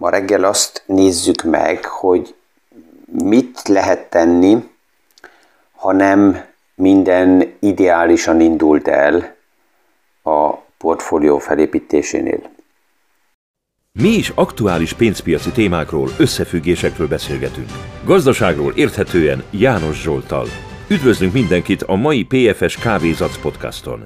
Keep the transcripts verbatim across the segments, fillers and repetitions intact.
Ma reggel azt nézzük meg, hogy mit lehet tenni, ha nem minden ideálisan indult el a portfólió felépítésénél. Mi is aktuális pénzpiaci témákról, összefüggésekről beszélgetünk. Gazdaságról érthetően János Zsolttal. Üdvözlünk mindenkit a mai pé ef es Kávézac podcaston.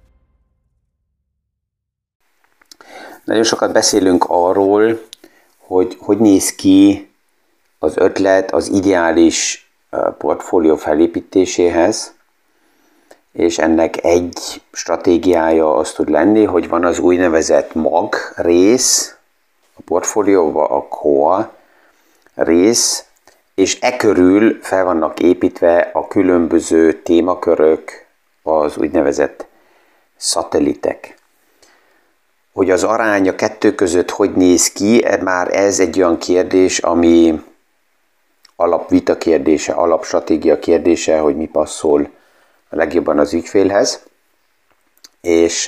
Nagyon sokat beszélünk arról, hogy hogy néz ki az ötlet az ideális portfólió felépítéséhez, és ennek egy stratégiája az tud lenni, hogy van az úgynevezett mag rész a portfólióban, a core rész, és e körül fel vannak építve a különböző témakörök, az úgynevezett szatelitek. Hogy az arány a kettő között hogy néz ki, már ez egy olyan kérdés, ami alapvita kérdése, alapstratégia kérdése, hogy mi passzol a legjobban az ügyfélhez. És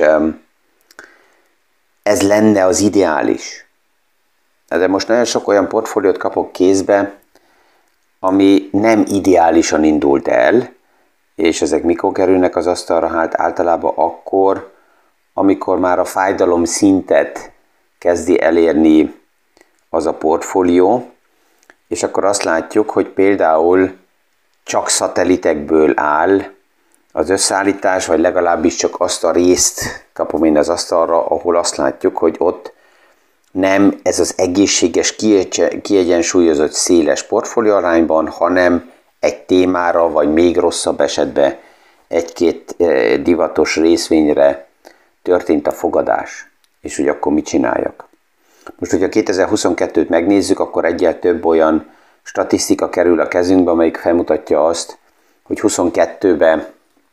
ez lenne az ideális. De most nagyon sok olyan portfóliót kapok kézbe, ami nem ideálisan indult el, és ezek mikor kerülnek az asztalra? Hát általában akkor, amikor már a fájdalom szintet kezdi elérni az a portfólió, és akkor azt látjuk, hogy például csak szatelitekből áll az összeállítás, vagy legalábbis csak azt a részt kapom én az asztalra, ahol azt látjuk, hogy ott nem ez az egészséges, kiegyensúlyozott széles portfólió arányban, hanem egy témára, vagy még rosszabb esetben egy-két divatos részvényre történt a fogadás. És hogy akkor mit csináljak? Most, hogyha kétezer-huszonkettőt megnézzük, akkor egyel több olyan statisztika kerül a kezünkbe, amelyik felmutatja azt, hogy huszonkettőben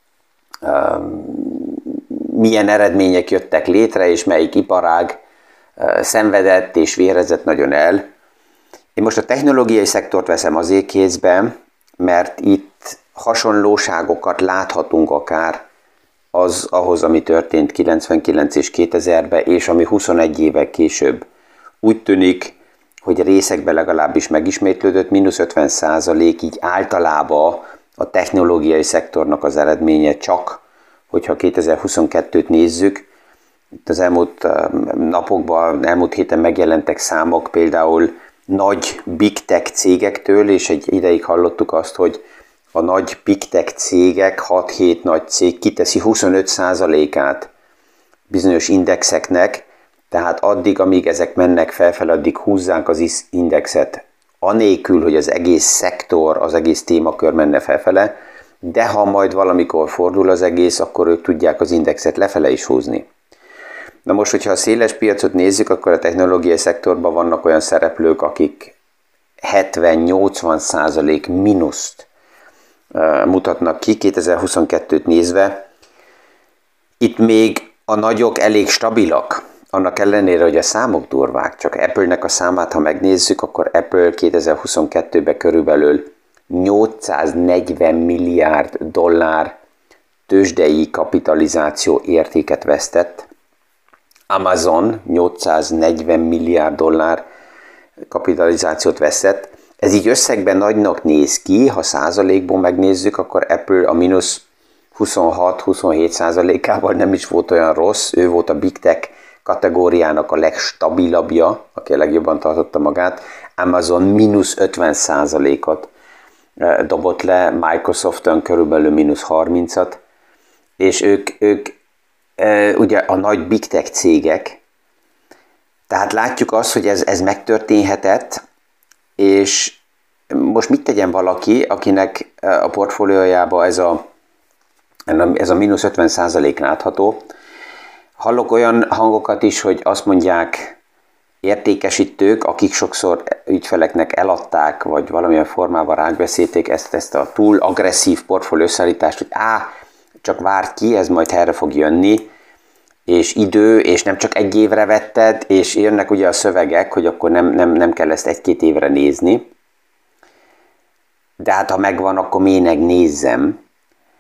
um, milyen eredmények jöttek létre, és melyik iparág uh, szenvedett és vérezett nagyon el. Én most a technológiai szektort veszem azért kézbe, mert itt hasonlóságokat láthatunk akár az ahhoz, ami történt kilencvenkilenc és kétezerben, és ami huszonegy évvel később. Úgy tűnik, hogy részekben legalábbis megismétlődött, mínusz ötven százalék, így általában a technológiai szektornak az eredménye csak, hogyha kétezer-huszonkettőt nézzük. Itt az elmúlt napokban, elmúlt héten megjelentek számok például nagy big tech cégektől, és egy ideig hallottuk azt, hogy a nagy big tech cégek, hat-hét nagy cég kiteszi huszonöt százalékát bizonyos indexeknek, tehát addig, amíg ezek mennek felfelé, addig húzzák az indexet, anélkül, hogy az egész szektor, az egész témakör menne felfele, de ha majd valamikor fordul az egész, akkor ők tudják az indexet lefele is húzni. Na most, hogyha a széles piacot nézzük, akkor a technológiai szektorban vannak olyan szereplők, akik hetven-nyolcvan százalék mínuszt mutatnak ki kétezer-huszonkettőt nézve. Itt még a nagyok elég stabilak, annak ellenére, hogy a számok durvák, csak Apple-nek a számát, ha megnézzük, akkor Apple kétezer-huszonkettőben körülbelül nyolcszáznegyven milliárd dollár tőzsdei kapitalizáció értéket vesztett. Amazon nyolcszáznegyven milliárd dollár kapitalizációt vesztett. Ez így összegben nagynak néz ki, ha százalékból megnézzük, akkor Apple a mínusz huszonhat-huszonhét százalékával nem is volt olyan rossz, ő volt a big tech kategóriának a legstabilabbja, aki a legjobban tartotta magát. Amazon mínusz ötven százalékot dobott le, Microsofton körülbelül mínusz harmincat, és ők, ők ugye a nagy big tech cégek, tehát látjuk azt, hogy ez, ez megtörténhetett, és most mit tegyen valaki, akinek a portfóliójában ez a, ez a mínusz ötven százalék látható. Hallok olyan hangokat is, hogy azt mondják értékesítők, akik sokszor ügyfeleknek eladták, vagy valamilyen formában rákbeszélték ezt, ezt a túl agresszív portfóliószállítást, hogy á, csak várd ki, ez majd helyre fog jönni, és idő, és nem csak egy évre vetted, és jönnek ugye a szövegek, hogy akkor nem, nem, nem kell ezt egy-két évre nézni. De hát ha megvan, akkor minek nézzem.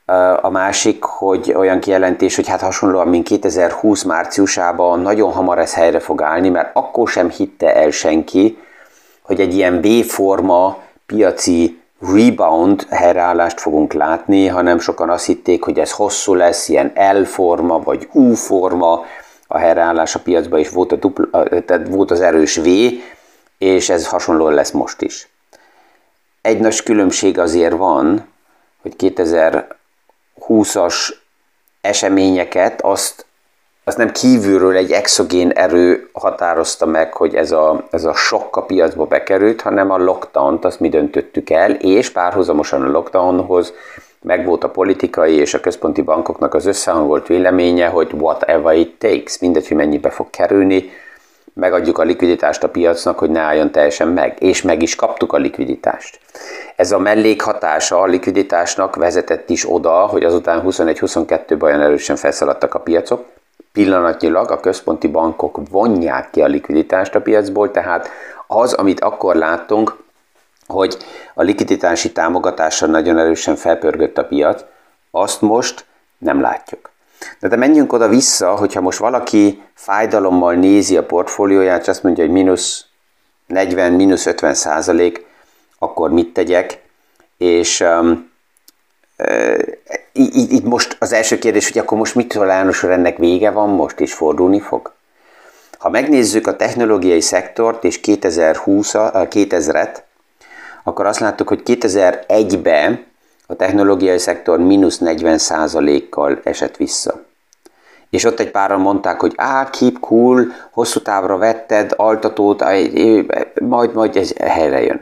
A másik, hogy olyan kijelentés, hogy hát hasonlóan, mint kétezer-húsz márciusában nagyon hamar ez helyre fog állni, mert akkor sem hitte el senki, hogy egy ilyen V-forma piaci rebound helyreállást fogunk látni, hanem sokan azt hitték, hogy ez hosszú lesz, ilyen L-forma vagy U-forma a helyreállás a piacban, és volt, a dupla, tehát volt az erős V, és ez hasonló lesz most is. Egy nagy különbség azért van, hogy kétezer-húszas eseményeket, azt, azt nem kívülről egy exogén erő határozta meg, hogy ez a, ez a sokk a piacba bekerült, hanem a lockdown-t azt mi döntöttük el, és párhuzamosan a lockdownhoz megvolt a politikai és a központi bankoknak az összehangolt véleménye, hogy whatever it takes, mindegy, hogy mennyibe fog kerülni, megadjuk a likviditást a piacnak, hogy ne álljon teljesen meg, és meg is kaptuk a likviditást. Ez a mellékhatása a likviditásnak vezetett is oda, hogy azután huszonegy-huszonkettőben olyan erősen felszaladtak a piacok. Pillanatnyilag a központi bankok vonják ki a likviditást a piacból, tehát az, amit akkor láttunk, hogy a likviditási támogatással nagyon erősen felpörgött a piac, azt most nem látjuk. De, de menjünk oda-vissza, hogyha most valaki fájdalommal nézi a portfólióját, és azt mondja, hogy mínusz negyven, mínusz ötven százalék, akkor mit tegyek? És um, e, itt most az első kérdés, hogy akkor most mit szól János, hogy ennek vége van most, és fordulni fog? Ha megnézzük a technológiai szektort és kétezret, akkor azt láttuk, hogy kétezer-egyben a technológiai szektor mínusz negyven százalékkal esett vissza. És ott egy páran mondták, hogy á, keep cool, hosszú távra vetted, altatót, majd, majd ez helyre jön.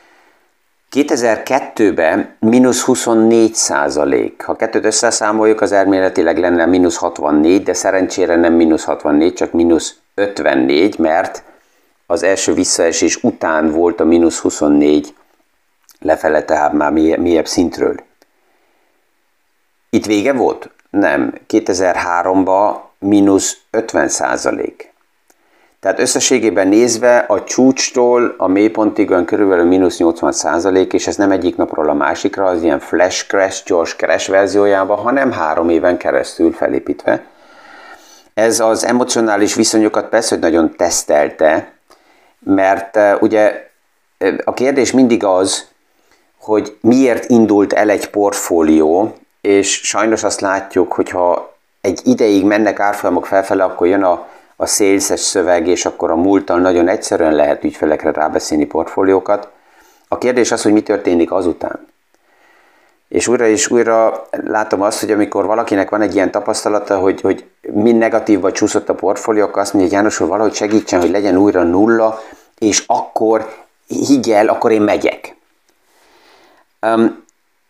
kétezer-kettőben mínusz huszonnégy százalék. Ha kettőt összeszámoljuk, az elméletileg lenne mínusz hatvannégy, de szerencsére nem mínusz hatvannégy, csak mínusz ötvennégy, mert az első visszaesés után volt a mínusz huszonnégy lefele, tehát már mélyebb szintről. Itt vége volt? Nem. kétezer-háromban mínusz ötven százalék. Tehát összességében nézve a csúcstól a mélypontig olyan körülbelül mínusz nyolcvan százalék, és ez nem egyik napról a másikra, az ilyen flash crash, gyors crash verziójában, hanem három éven keresztül felépítve. Ez az emocionális viszonyokat persze, hogy nagyon tesztelte, mert uh, ugye a kérdés mindig az, hogy miért indult el egy portfólió, és sajnos azt látjuk, hogyha egy ideig mennek árfolyamok felfele, akkor jön a, a sales-es szöveg, és akkor a múlttal nagyon egyszerűen lehet ügyfelekre rábeszélni portfóliókat. A kérdés az, hogy mi történik azután. És újra és újra látom azt, hogy amikor valakinek van egy ilyen tapasztalata, hogy, hogy mind negatívba csúszott a portfólió, akkor azt mondja, hogy János úr, valahogy segítsen, hogy legyen újra nulla, és akkor higgy el, akkor én megyek. Um,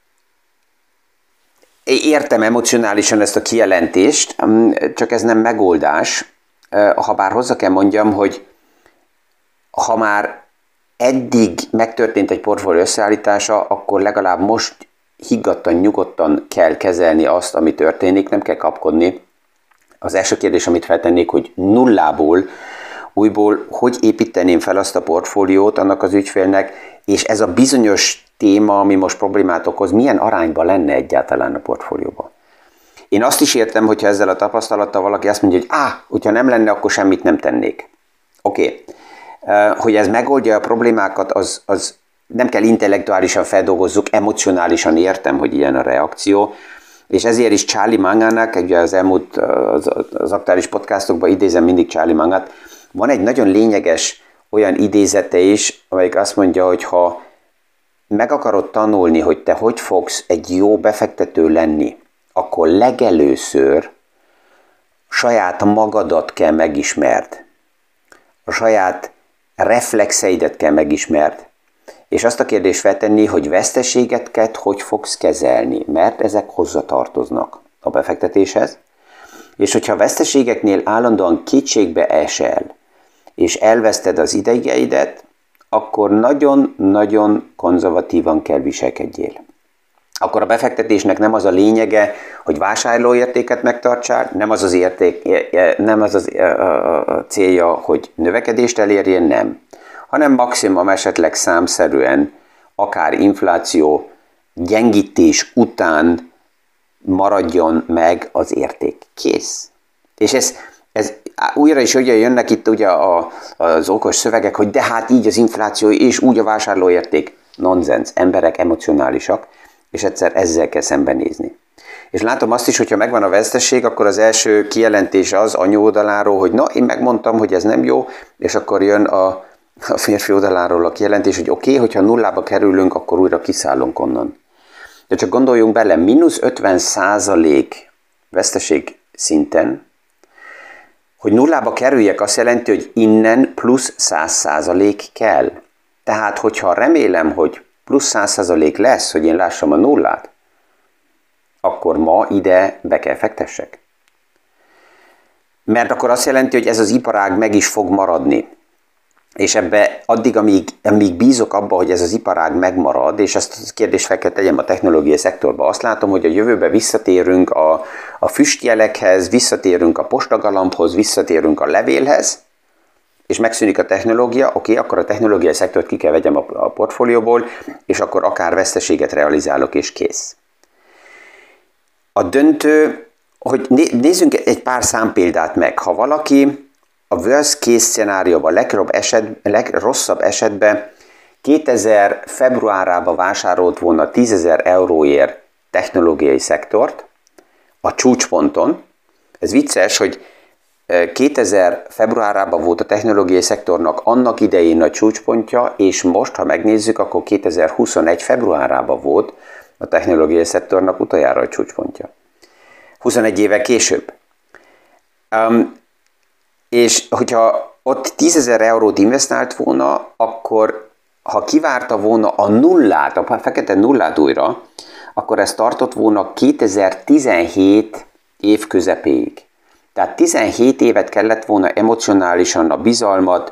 értem emocionálisan ezt a kijelentést, um, csak ez nem megoldás. Uh, ha bár hozzá kell mondjam, hogy ha már eddig megtörtént egy portfólió összeállítása, akkor legalább most higgadtan, nyugodtan kell kezelni azt, ami történik, nem kell kapkodni. Az első kérdés, amit feltennék, hogy nullából, újból hogy építeném fel azt a portfóliót annak az ügyfélnek, és ez a bizonyos téma, ami most problémát okoz, milyen arányban lenne egyáltalán a portfólióban. Én azt is értem, hogyha ezzel a tapasztalattal valaki azt mondja, hogy á, hogyha nem lenne, akkor semmit nem tennék. Oké. Okay. Hogy ez megoldja a problémákat, az, az nem kell intellektuálisan feldolgozzuk, emocionálisan értem, hogy ilyen a reakció, és ezért is Charlie Mangának, ugye az elmúlt, az, az aktuális podcastokban idézem mindig Charlie Mangát, van egy nagyon lényeges olyan idézete is, amelyik azt mondja, hogy ha meg akarod tanulni, hogy te hogy fogsz egy jó befektető lenni, akkor legelőször saját magadat kell megismerd. A saját reflexeidet kell megismerd. És azt a kérdést feltenni, hogy veszteségeket hogy fogsz kezelni, mert ezek hozzatartoznak a befektetéshez. És hogyha a veszteségeknél állandóan kétségbe esel, és elveszted az idegeidet, akkor nagyon-nagyon konzervatívan kell viselkedjél. Akkor a befektetésnek nem az a lényege, hogy vásárlóértéket megtartsál, nem az az, érték, nem az, az a célja, hogy növekedést elérjen, nem. Hanem maximum esetleg számszerűen, akár infláció gyengítés után maradjon meg az érték. Kész. És ez, ez újra is ugye jönnek itt ugye a, az okos szövegek, hogy de hát így az infláció és úgy a vásárlóérték. Nonsens. Emberek emocionálisak, és egyszer ezzel kell szembenézni. És látom azt is, hogyha megvan a veszteség, akkor az első kijelentés az anyu oldaláról, hogy na, én megmondtam, hogy ez nem jó, és akkor jön a, a férfi oldaláról a kijelentés, hogy oké, okay, hogyha nullába kerülünk, akkor újra kiszállunk onnan. De csak gondoljunk bele, mínusz ötven százalék veszteség szinten, hogy nullába kerüljek, azt jelenti, hogy innen plusz száz százalék kell. Tehát, hogyha remélem, hogy plusz száz százalék lesz, hogy én lássam a nullát, akkor ma ide be kell fektessek. Mert akkor azt jelenti, hogy ez az iparág meg is fog maradni. És ebbe addig, amíg, amíg bízok abba, hogy ez az iparág megmarad, és ezt a kérdést fel kell tegyem a technológiai szektorba, azt látom, hogy a jövőben visszatérünk a, a füstjelekhez, visszatérünk a postagalambhoz, visszatérünk a levélhez, és megszűnik a technológia, oké, okay, akkor a technológiai szektort ki kell vegyem a, a portfólióból, és akkor akár veszteséget realizálok, és kész. A döntő, hogy nézzünk egy pár számpéldát meg. Ha valaki a worst case szenárióban, legrobb eset, legrosszabb esetben kétezer februárában vásárolt volna tízezer euróért technológiai szektort a csúcsponton, ez vicces, hogy kétezer februárában volt a technológiai szektornak annak idején a csúcspontja, és most, ha megnézzük, akkor kétezer-huszonegy februárában volt a technológiai szektornak utoljára a csúcspontja. huszonegy évvel később. Um, és hogyha ott tízezer eurót investált volna, akkor ha kivárta volna a nullát, a fekete nullát újra, akkor ez tartott volna kétezer-tizenhét év közepéig. Tehát tizenhét évet kellett volna emocionálisan a bizalmat,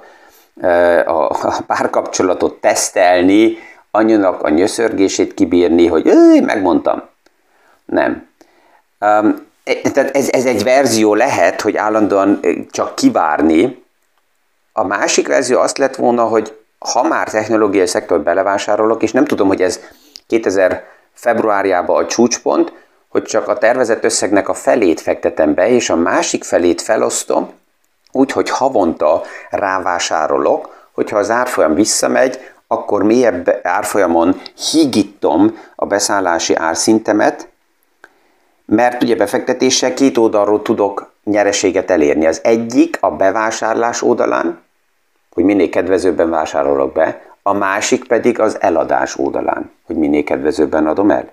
a párkapcsolatot tesztelni, anyunak a nyöszörgését kibírni, hogy én megmondtam. Nem. Um, tehát ez, ez egy verzió lehet, hogy állandóan csak kivárni. A másik verzió azt lett volna, hogy ha már technológiai szektort belevásárolok, és nem tudom, hogy ez kétezer februárjában a csúcspont, hogy csak a tervezett összegnek a felét fektetem be, és a másik felét felosztom, úgyhogy havonta rávásárolok, hogyha az árfolyam visszamegy, akkor mélyebb árfolyamon hígítom a beszállási árszintemet, mert ugye befektetéssel két oldalról tudok nyereséget elérni. Az egyik a bevásárlás oldalán, hogy minél kedvezőbben vásárolok be, a másik pedig az eladás oldalán, hogy minél kedvezőbben adom el.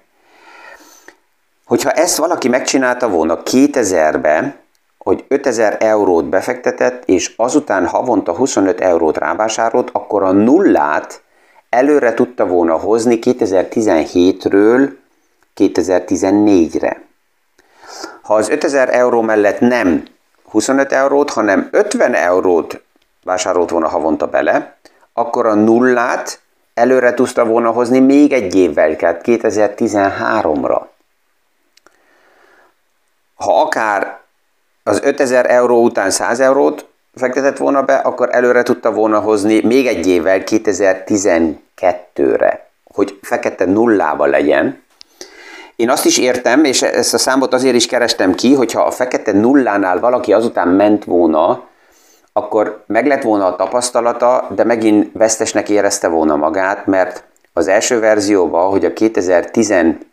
Hogyha ezt valaki megcsinálta volna kétezerben, hogy ötezer eurót befektetett, és azután havonta huszonöt eurót rávásárolt, akkor a nullát előre tudta volna hozni kétezer-tizenhétről kétezer-tizennégyre. Ha az ötezer euró mellett nem huszonöt eurót, hanem ötven eurót vásárolt volna havonta bele, akkor a nullát előre tudta volna hozni még egy évvel, tehát kétezer-tizenháromra. Ha akár az ötezer euró után száz eurót fektetett volna be, akkor előre tudta volna hozni még egy évvel kétezer-tizenkettőre, hogy fekete nullába legyen. Én azt is értem, és ezt a számot azért is kerestem ki, hogyha a fekete nullánál valaki azután ment volna, akkor meg lett volna a tapasztalata, de megint vesztesnek érezte volna magát, mert az első verzióban, hogy a kétezer-tizenhetes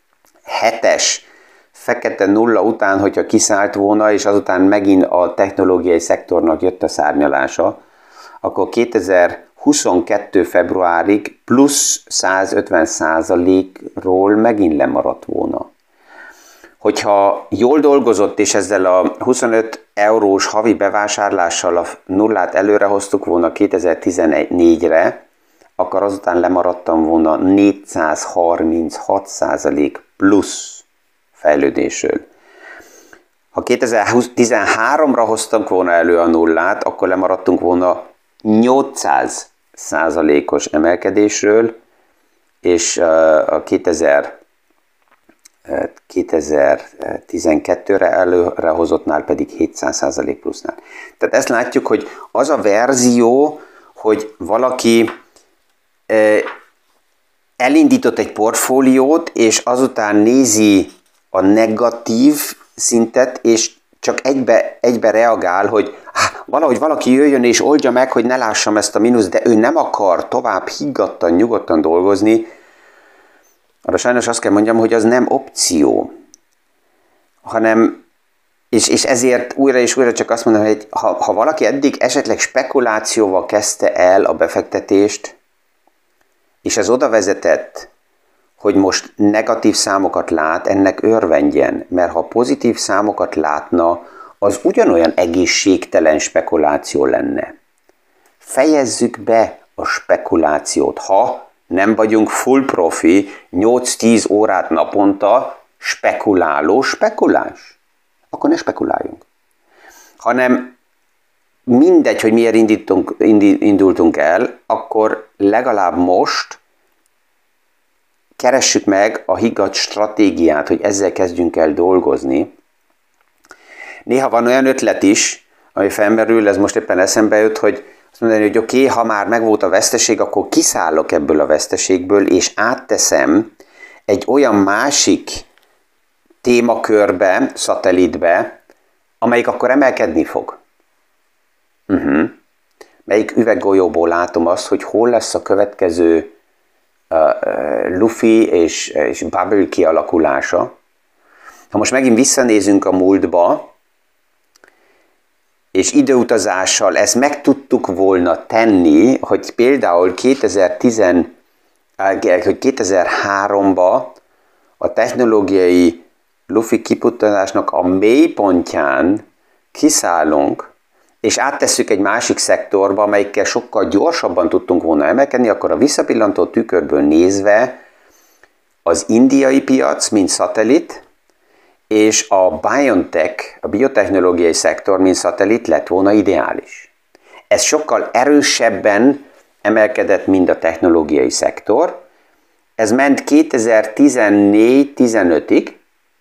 fekete nulla után, hogyha kiszállt volna, és azután megint a technológiai szektornak jött a szárnyalása, akkor kétezer-huszonkettő februárig plusz százötven százalékról megint lemaradt volna. Hogyha jól dolgozott, és ezzel a huszonöt eurós havi bevásárlással a nullát előre hoztuk volna kétezer-tizennégyre, akkor azután lemaradtam volna négyszázharminchat százalék plusz fejlődésről. Ha kétezer-tizenháromra hoztunk volna elő a nullát, akkor lemaradtunk volna nyolcszáz százalékos emelkedésről, és a kétezer-tizenkettőre előre hozottnál pedig hétszáz százalék plusznál. Tehát ezt látjuk, hogy az a verzió, hogy valaki elindított egy portfóliót, és azután nézi a negatív szintet, és csak egybe, egybe reagál, hogy há, valahogy valaki jöjjön és oldja meg, hogy ne lássam ezt a mínusz, de ő nem akar tovább higgadtan, nyugodtan dolgozni, arra sajnos azt kell mondjam, hogy az nem opció, hanem, és, és ezért újra és újra csak azt mondom, hogy ha, ha valaki eddig esetleg spekulációval kezdte el a befektetést, és ez oda vezetett, hogy most negatív számokat lát, ennek örvendjen, mert ha pozitív számokat látna, az ugyanolyan egészségtelen spekuláció lenne. Fejezzük be a spekulációt. Ha nem vagyunk full profi, nyolc-tíz órát naponta spekuláló spekulás, akkor ne spekuláljunk. Hanem mindegy, hogy miért indítunk, indultunk el, akkor legalább most keressük meg a higgadt stratégiát, hogy ezzel kezdjünk el dolgozni. Néha van olyan ötlet is, ami felmerül, ez most éppen eszembe jut, hogy azt mondani, hogy oké, okay, ha már megvolt a veszteség, akkor kiszállok ebből a veszteségből, és átteszem egy olyan másik témakörbe, szatellitbe, amelyik akkor emelkedni fog. Uh-huh. Melyik üveggolyóból látom azt, hogy hol lesz a következő uh, uh, Luffy és, és Bubble kialakulása. Ha most megint visszanézünk a múltba, és időutazással ezt meg tudtuk volna tenni, hogy például kétezer-tíz, hogy kétezer-háromban a technológiai Luffy kiputtanásnak a mélypontján kiszállunk, és áttesszük egy másik szektorba, amelyikkel sokkal gyorsabban tudtunk volna emelkedni, akkor a visszapillantó tükörből nézve az indiai piac, mint szatellit, és a BioNTech, a biotechnológiai szektor, mint szatellit lett volna ideális. Ez sokkal erősebben emelkedett, mint a technológiai szektor. Ez ment kétezer-tizennégy-tizenötig.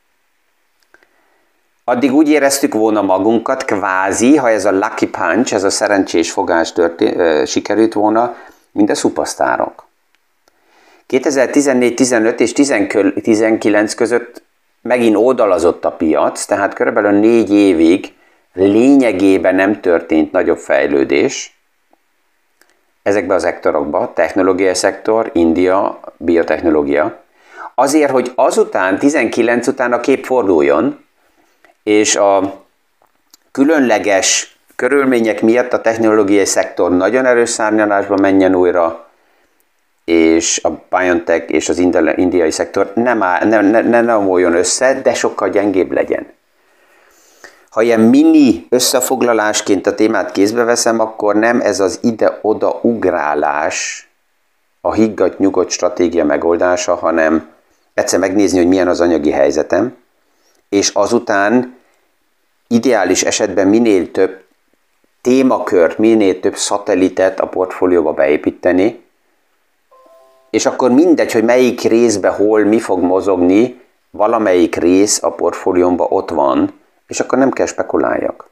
Addig úgy éreztük volna magunkat, kvázi, ha ez a lucky punch, ez a szerencsés fogás történt, ö, sikerült volna, mint a szupasztárok. kétezer-tizennégy-tizenöt és tizenkilenc között megint oldalazott a piac, tehát körülbelül négy évig lényegében nem történt nagyobb fejlődés ezekben a szektorokban, technológiai szektor, India, biotechnológia. Azért, hogy azután, tizenkilenc után a kép forduljon, és a különleges körülmények miatt a technológiai szektor nagyon erős szárnyalásba menjen újra, és a BioNTech és az indiai szektor nem, áll, nem, nem, nem omoljon össze, de sokkal gyengébb legyen. Ha ilyen mini összefoglalásként a témát kézbe veszem, akkor nem ez az ide-oda ugrálás a higgadt-nyugodt stratégia megoldása, hanem egyszer megnézni, hogy milyen az anyagi helyzetem, és azután ideális esetben minél több témakört, minél több szatellitet a portfólióba beépíteni, és akkor mindegy, hogy melyik részbe hol mi fog mozogni, valamelyik rész a portfóliómban ott van, és akkor nem kell spekuláljak.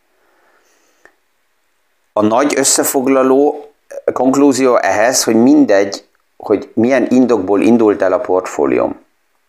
A nagy összefoglaló konklúzió ehhez, hogy mindegy, hogy milyen indokból indult el a portfólióm.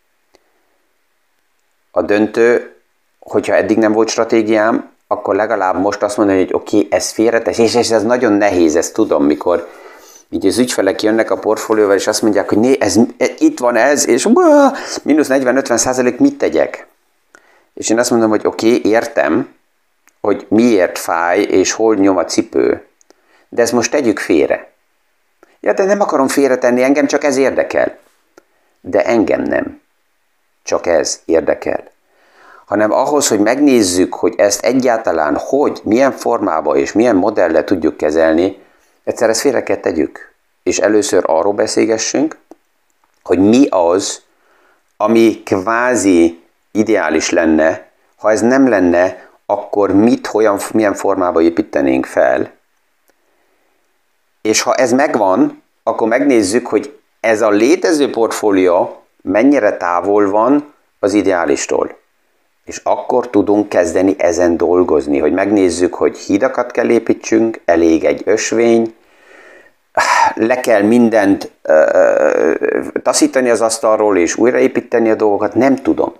A döntő, hogyha eddig nem volt stratégiám, akkor legalább most azt mondani, hogy oké, okay, ez félretesz, és ez nagyon nehéz, ezt tudom, mikor így az ügyfelek jönnek a portfólióval, és azt mondják, hogy né, ez, itt van ez, és bá, mínusz negyven-ötven százalék, mit tegyek? És én azt mondom, hogy oké, okay, értem, hogy miért fáj, és hol nyom a cipő, de ezt most tegyük félre. Ja, de nem akarom félretenni, engem csak ez érdekel. De engem nem. Csak ez érdekel. Hanem ahhoz, hogy megnézzük, hogy ezt egyáltalán hogy, milyen formában és milyen modellel tudjuk kezelni, egyszer ezt félre kell tegyük. És először arról beszélgessünk, hogy mi az, ami kvázi ideális lenne, ha ez nem lenne, akkor mit, hogyan, milyen formában építenénk fel. És ha ez megvan, akkor megnézzük, hogy ez a létező portfólió mennyire távol van az ideálistól. És akkor tudunk kezdeni ezen dolgozni, hogy megnézzük, hogy hidakat kell építsünk, elég egy ösvény, le kell mindent ö, taszítani az asztalról és újraépíteni a dolgokat, nem tudom.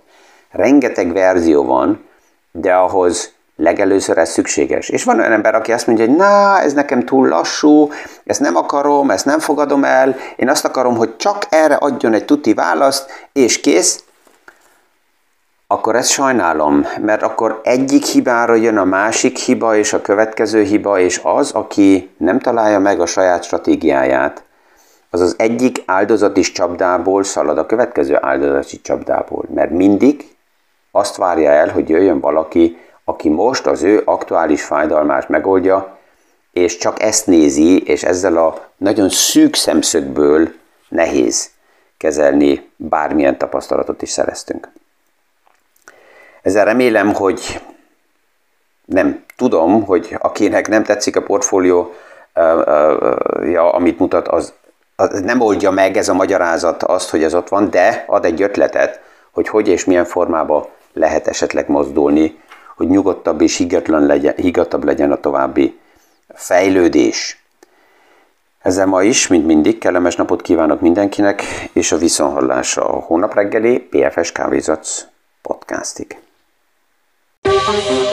Rengeteg verzió van, de ahhoz legelőször ez szükséges. És van olyan ember, aki azt mondja, hogy na, ez nekem túl lassú, ezt nem akarom, ezt nem fogadom el, én azt akarom, hogy csak erre adjon egy tuti választ, és kész. Akkor ezt sajnálom, mert akkor egyik hibára jön a másik hiba, és a következő hiba, és az, aki nem találja meg a saját stratégiáját, az az egyik áldozati csapdából szalad a következő áldozati csapdából, mert mindig azt várja el, hogy jöjjön valaki, aki most az ő aktuális fájdalmát megoldja, és csak ezt nézi, és ezzel a nagyon szűk szemszögből nehéz kezelni, bármilyen tapasztalatot is szereztünk. Ezzel remélem, hogy nem tudom, hogy akinek nem tetszik a portfólió, ja, amit mutat, az, az nem oldja meg ez a magyarázat azt, hogy ez ott van, de ad egy ötletet, hogy hogy és milyen formában lehet esetleg mozdulni, hogy nyugodtabb és higgadtabb legyen, higgadtabb legyen a további fejlődés. Ezzel ma is, mint mindig, kellemes napot kívánok mindenkinek, és a viszonthallásra a hónap reggeli pé ef es Kávézac podcastig.